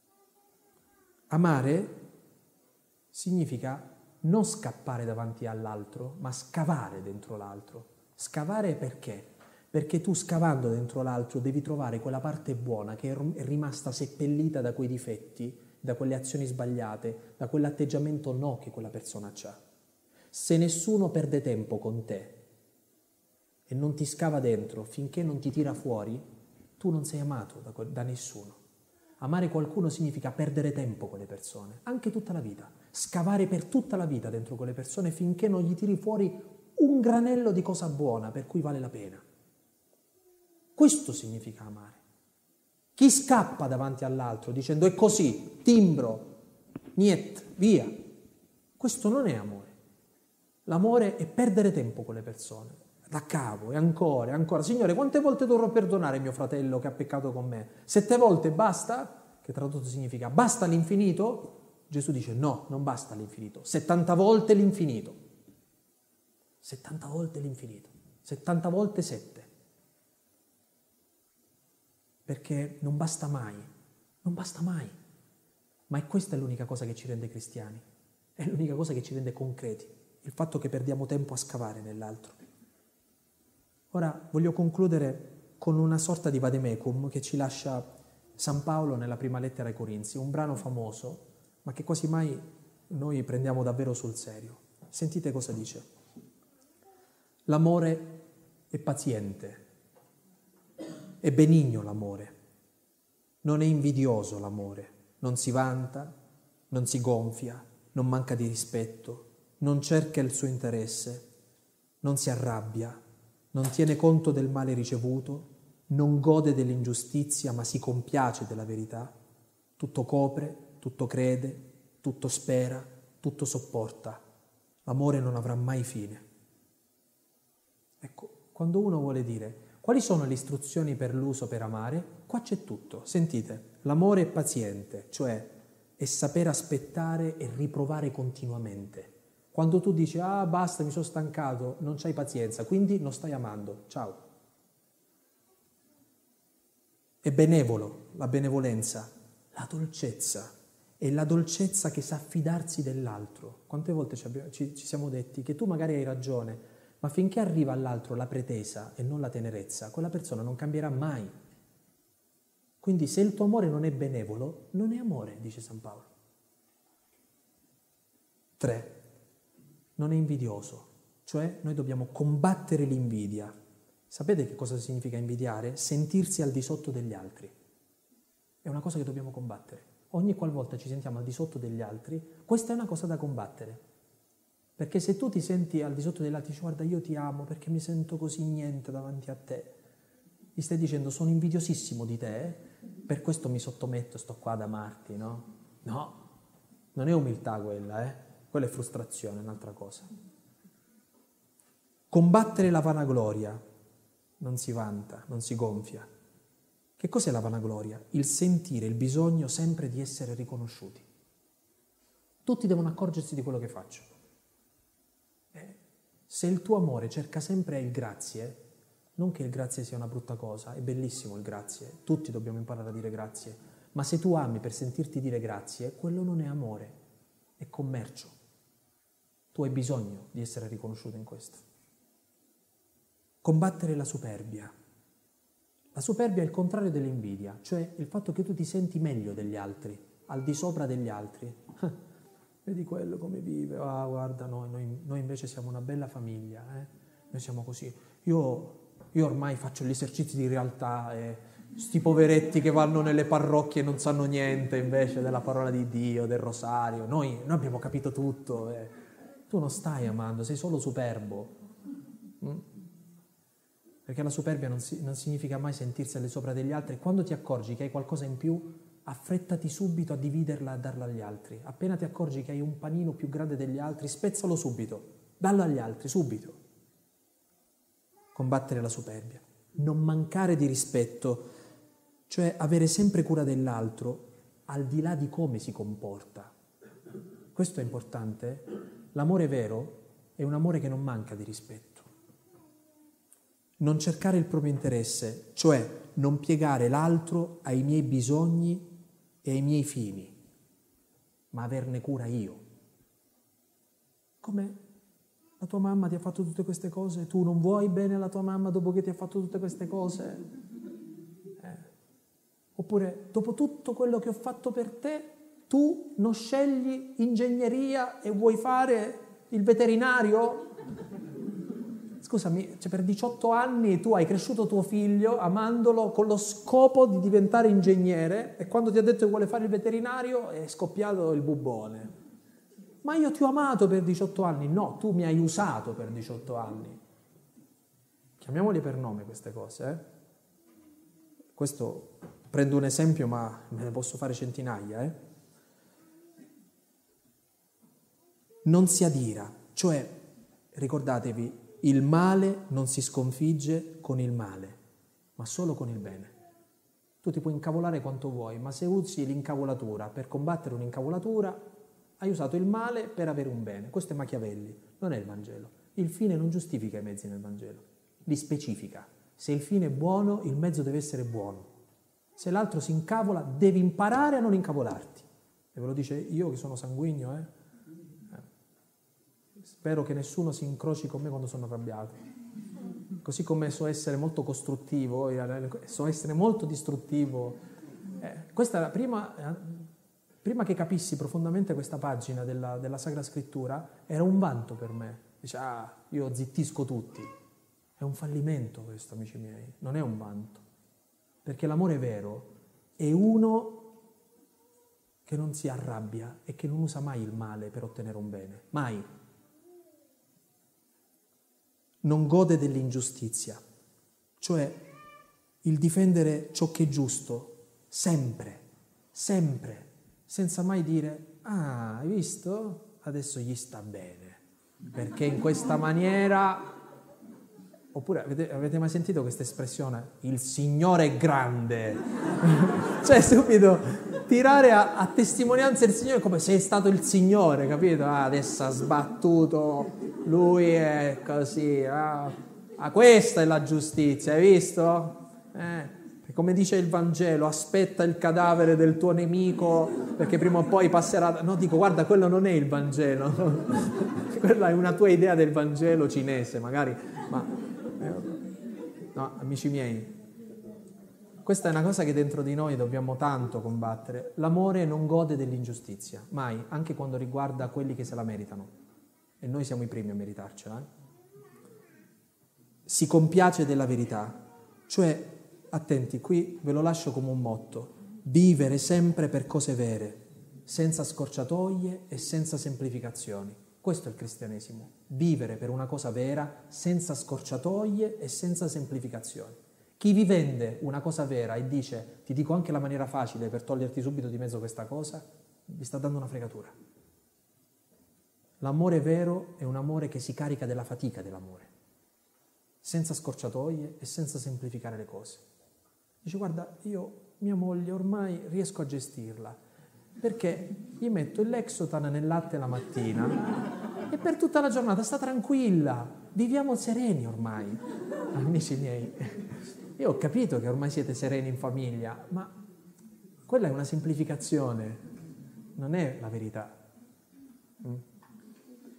Amare significa non scappare davanti all'altro, ma scavare dentro l'altro. Scavare perché? Perché tu scavando dentro l'altro devi trovare quella parte buona che è rimasta seppellita da quei difetti, da quelle azioni sbagliate, da quell'atteggiamento no che quella persona ha. Se nessuno perde tempo con te e non ti scava dentro finché non ti tira fuori, tu non sei amato da nessuno. Amare qualcuno significa perdere tempo con le persone, anche tutta la vita. Scavare per tutta la vita dentro quelle persone finché non gli tiri fuori un granello di cosa buona per cui vale la pena. Questo significa amare. Chi scappa davanti all'altro dicendo è così, timbro, niet, via. Questo non è amore. L'amore è perdere tempo con le persone. Da capo, e ancora, e ancora. Signore, quante volte dovrò perdonare mio fratello che ha peccato con me? 7 volte basta? Che tradotto significa basta l'infinito? Gesù dice no, non basta l'infinito. 70 volte l'infinito. 70 volte l'infinito. 70 volte 7. Perché non basta mai. Non basta mai. Ma questa è l'unica cosa che ci rende cristiani. È l'unica cosa che ci rende concreti. Il fatto che perdiamo tempo a scavare nell'altro. Ora voglio concludere con una sorta di vademecum che ci lascia San Paolo nella prima lettera ai Corinzi, un brano famoso, ma che quasi mai noi prendiamo davvero sul serio. Sentite cosa dice. L'amore è paziente, è benigno l'amore, non è invidioso l'amore, non si vanta, non si gonfia, non manca di rispetto, non cerca il suo interesse, non si arrabbia, non tiene conto del male ricevuto, non gode dell'ingiustizia, ma si compiace della verità. Tutto copre, tutto crede, tutto spera, tutto sopporta. L'amore non avrà mai fine. Ecco, quando uno vuole dire quali sono le istruzioni per l'uso per amare, qua c'è tutto. Sentite, l'amore è paziente, cioè è saper aspettare e riprovare continuamente. Quando tu dici, basta, mi sono stancato, non c'hai pazienza, quindi non stai amando, ciao. È benevolo, la benevolenza, la dolcezza, è la dolcezza che sa fidarsi dell'altro. Quante volte ci siamo detti che tu magari hai ragione, ma finché arriva all'altro la pretesa e non la tenerezza, quella persona non cambierà mai. Quindi se il tuo amore non è benevolo, non è amore, dice San Paolo. 3. Non è invidioso, cioè noi dobbiamo combattere l'invidia. Sapete che cosa significa invidiare? Sentirsi al di sotto degli altri. È una cosa che dobbiamo combattere. Ogni qualvolta ci sentiamo al di sotto degli altri, questa è una cosa da combattere. Perché se tu ti senti al di sotto degli altri, dici guarda io ti amo perché mi sento così niente davanti a te, gli stai dicendo sono invidiosissimo di te, per questo mi sottometto, sto qua ad amarti, no? No, non è umiltà quella, Quella è frustrazione, è un'altra cosa. Combattere la vanagloria, non si vanta, non si gonfia. Che cos'è la vanagloria? Il sentire il bisogno sempre di essere riconosciuti. Tutti devono accorgersi di quello che faccio. Se il tuo amore cerca sempre il grazie, non che il grazie sia una brutta cosa, è bellissimo il grazie, tutti dobbiamo imparare a dire grazie, ma se tu ami per sentirti dire grazie, quello non è amore, è commercio. Tu hai bisogno di essere riconosciuto in questo. Combattere la superbia. La La superbia è il contrario dell'invidia, cioè il fatto che tu ti senti meglio degli altri, al di sopra degli altri. Vedi quello come vive, guarda noi invece siamo una bella famiglia, noi siamo così. Io ormai faccio gli esercizi di realtà e sti poveretti che vanno nelle parrocchie e non sanno niente invece della parola di Dio, del rosario. Noi abbiamo capito tutto. Tu non stai amando, sei solo superbo. Perché la superbia non significa mai sentirsi al di sopra degli altri. Quando ti accorgi che hai qualcosa in più, affrettati subito a dividerla e a darla agli altri. Appena ti accorgi che hai un panino più grande degli altri, spezzalo subito, dallo agli altri, subito. Combattere la superbia. Non mancare di rispetto, cioè avere sempre cura dell'altro, al di là di come si comporta. Questo è importante. L'amore vero è un amore che non manca di rispetto. Non cercare il proprio interesse, cioè non piegare l'altro ai miei bisogni e ai miei fini, ma averne cura io. Come la tua mamma ti ha fatto tutte queste cose, tu non vuoi bene alla tua mamma dopo che ti ha fatto tutte queste cose? Oppure, dopo tutto quello che ho fatto per te, tu non scegli ingegneria e vuoi fare il veterinario? Scusami, per 18 anni tu hai cresciuto tuo figlio amandolo con lo scopo di diventare ingegnere e quando ti ha detto che vuole fare il veterinario è scoppiato il bubbone. Ma io ti ho amato per 18 anni. No, tu mi hai usato per 18 anni. Chiamiamoli per nome queste cose. Questo prendo un esempio, ma me ne posso fare centinaia. Non si adira, cioè, ricordatevi, il male non si sconfigge con il male, ma solo con il bene. Tu ti puoi incavolare quanto vuoi, ma se usi l'incavolatura per combattere un'incavolatura, hai usato il male per avere un bene. Questo è Machiavelli, non è il Vangelo. Il fine non giustifica i mezzi nel Vangelo, li specifica. Se il fine è buono, il mezzo deve essere buono. Se l'altro si incavola, devi imparare a non incavolarti. E ve lo dice io che sono sanguigno, Spero che nessuno si incroci con me quando sono arrabbiato. Così come so essere molto costruttivo, so essere molto distruttivo. Questa è la prima che capissi profondamente questa pagina della Sacra Scrittura, era un vanto per me. Dice, io zittisco tutti. È un fallimento questo, amici miei, non è un vanto. Perché l'amore vero è uno che non si arrabbia e che non usa mai il male per ottenere un bene. Mai. Non gode dell'ingiustizia, cioè il difendere ciò che è giusto, sempre, senza mai dire, hai visto? Adesso gli sta bene, perché in questa maniera... Oppure avete mai sentito questa espressione? Il Signore è grande. Cioè subito tirare a testimonianza il Signore come se è stato il Signore, capito? Adesso ha sbattuto, lui è così. Questa è la giustizia, hai visto? Come dice il Vangelo, aspetta il cadavere del tuo nemico perché prima o poi passerà... No, dico, guarda, quello non è il Vangelo. Quella è una tua idea del Vangelo cinese, magari, ma... No, amici miei, questa è una cosa che dentro di noi dobbiamo tanto combattere. L'amore non gode dell'ingiustizia, mai, anche quando riguarda quelli che se la meritano. E noi siamo i primi a meritarcela. Si compiace della verità, cioè, attenti, qui ve lo lascio come un motto, vivere sempre per cose vere, senza scorciatoie e senza semplificazioni. Questo è il cristianesimo, vivere per una cosa vera senza scorciatoie e senza semplificazioni. Chi vi vende una cosa vera e dice ti dico anche la maniera facile per toglierti subito di mezzo questa cosa, vi sta dando una fregatura. L'amore vero è un amore che si carica della fatica dell'amore, senza scorciatoie e senza semplificare le cose. Dice guarda, io mia moglie ormai riesco a gestirla, perché gli metto il Lexotan nel latte la mattina e per tutta la giornata sta tranquilla, viviamo sereni ormai. Amici miei, io ho capito che ormai siete sereni in famiglia, ma quella è una semplificazione, non è la verità. A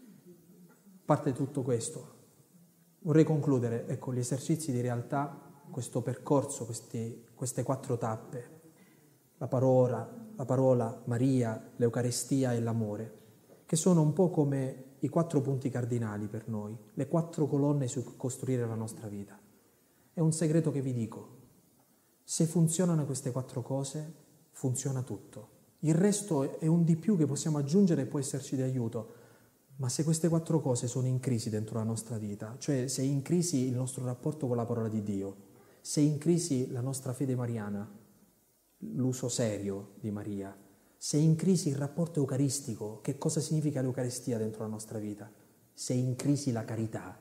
parte tutto questo, vorrei concludere, ecco, gli esercizi di realtà questo percorso, queste 4 tappe, la parola, Maria, l'Eucaristia e l'amore, che sono un po' come i 4 punti cardinali per noi, le 4 colonne su cui costruire la nostra vita. È un segreto che vi dico: se funzionano queste 4 cose, funziona tutto. Il resto è un di più che possiamo aggiungere e può esserci di aiuto. Ma se queste 4 cose sono in crisi dentro la nostra vita, cioè se è in crisi il nostro rapporto con la parola di Dio, se è in crisi la nostra fede mariana, l'uso serio di Maria, se è in crisi il rapporto eucaristico, che cosa significa l'Eucaristia dentro la nostra vita, se è in crisi la carità,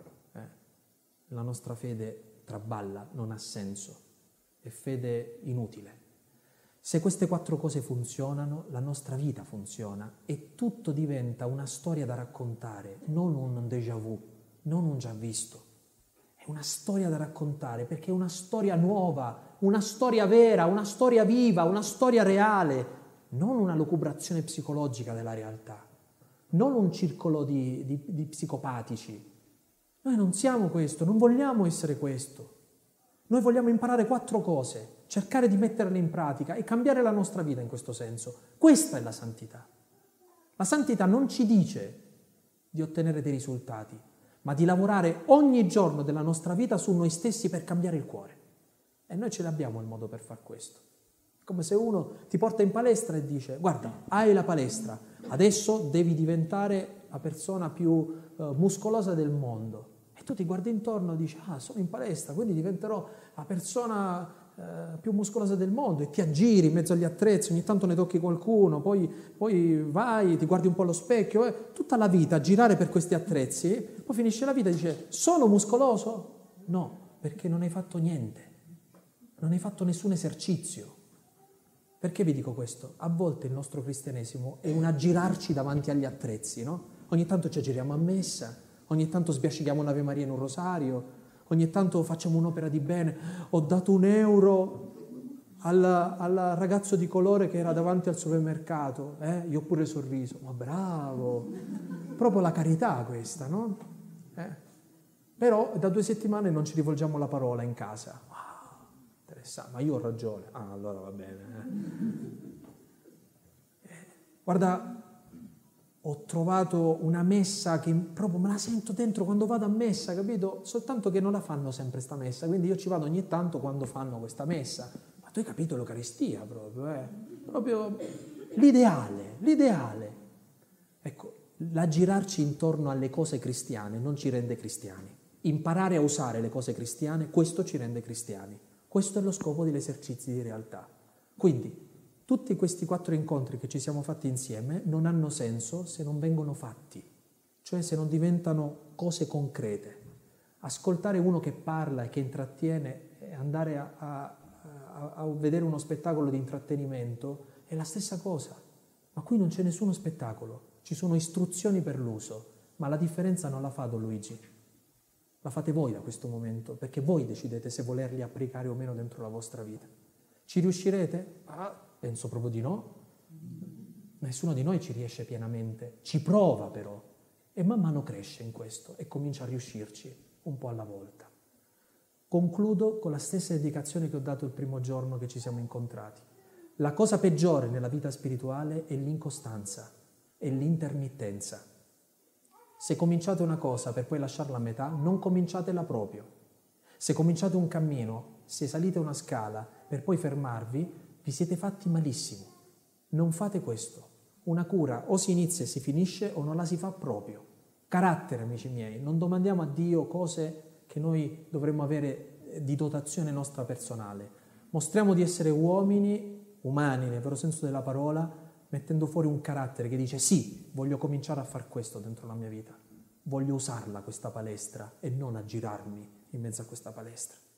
la nostra fede traballa, non ha senso, è fede inutile. Se queste 4 cose funzionano, la nostra vita funziona e tutto diventa una storia da raccontare, non un déjà vu, non un già visto. È una storia da raccontare perché è una storia nuova, una storia vera, una storia viva, una storia reale, non una lucubrazione psicologica della realtà, non un circolo di psicopatici. Noi non siamo questo, non vogliamo essere questo. Noi vogliamo imparare 4 cose, cercare di metterle in pratica e cambiare la nostra vita in questo senso. Questa è la santità. La santità non ci dice di ottenere dei risultati, ma di lavorare ogni giorno della nostra vita su noi stessi per cambiare il cuore. E noi ce l'abbiamo il modo per far questo. È come se uno ti porta in palestra e dice: guarda, hai la palestra, adesso devi diventare la persona più muscolosa del mondo. E tu ti guardi intorno e dici: ah, sono in palestra, quindi diventerò la persona più muscolosa del mondo, e ti aggiri in mezzo agli attrezzi, ogni tanto ne tocchi qualcuno, poi vai, ti guardi un po' allo specchio, tutta la vita a girare per questi attrezzi, poi finisce la vita e dice: sono muscoloso? No, perché non hai fatto niente, non hai fatto nessun esercizio. Perché vi dico questo? A volte il nostro cristianesimo è un aggirarci davanti agli attrezzi, no? Ogni tanto ci aggiriamo a messa, ogni tanto sbiascichiamo un'Ave Maria in un rosario, ogni tanto facciamo un'opera di bene. Ho dato €1 al ragazzo di colore che era davanti al supermercato, io ho pure sorriso. Ma bravo! Proprio la carità questa, no? Però da 2 settimane non ci rivolgiamo la parola in casa. Interessante, ma io ho ragione. Ah, allora va bene. Guarda, ho trovato una messa che proprio me la sento dentro quando vado a messa, capito? Soltanto che non la fanno sempre sta messa, quindi io ci vado ogni tanto quando fanno questa messa. Ma tu hai capito l'Eucaristia proprio, Proprio l'ideale. Ecco, l'aggirarci intorno alle cose cristiane non ci rende cristiani. Imparare a usare le cose cristiane, questo ci rende cristiani. Questo è lo scopo degli esercizi di realtà. Quindi, tutti questi 4 incontri che ci siamo fatti insieme non hanno senso se non vengono fatti, cioè se non diventano cose concrete. Ascoltare uno che parla e che intrattiene e andare a vedere uno spettacolo di intrattenimento è la stessa cosa, ma qui non c'è nessuno spettacolo, ci sono istruzioni per l'uso, ma la differenza non la fa Don Luigi, la fate voi da questo momento, perché voi decidete se volerli applicare o meno dentro la vostra vita. Ci riuscirete? Penso proprio di no. Nessuno di noi ci riesce pienamente, ci prova però e man mano cresce in questo e comincia a riuscirci un po' alla volta. Concludo con la stessa indicazione che ho dato il primo giorno che ci siamo incontrati. La cosa peggiore nella vita spirituale è l'incostanza, è l'intermittenza. Se cominciate una cosa per poi lasciarla a metà, non cominciatela proprio. Se cominciate un cammino, se salite una scala per poi fermarvi, vi siete fatti malissimo. Non fate questo. Una cura o si inizia e si finisce o non la si fa proprio. Carattere, amici miei. Non domandiamo a Dio cose che noi dovremmo avere di dotazione nostra personale. Mostriamo di essere uomini, umani nel vero senso della parola, mettendo fuori un carattere che dice: sì, voglio cominciare a far questo dentro la mia vita. Voglio usarla questa palestra e non aggirarmi in mezzo a questa palestra.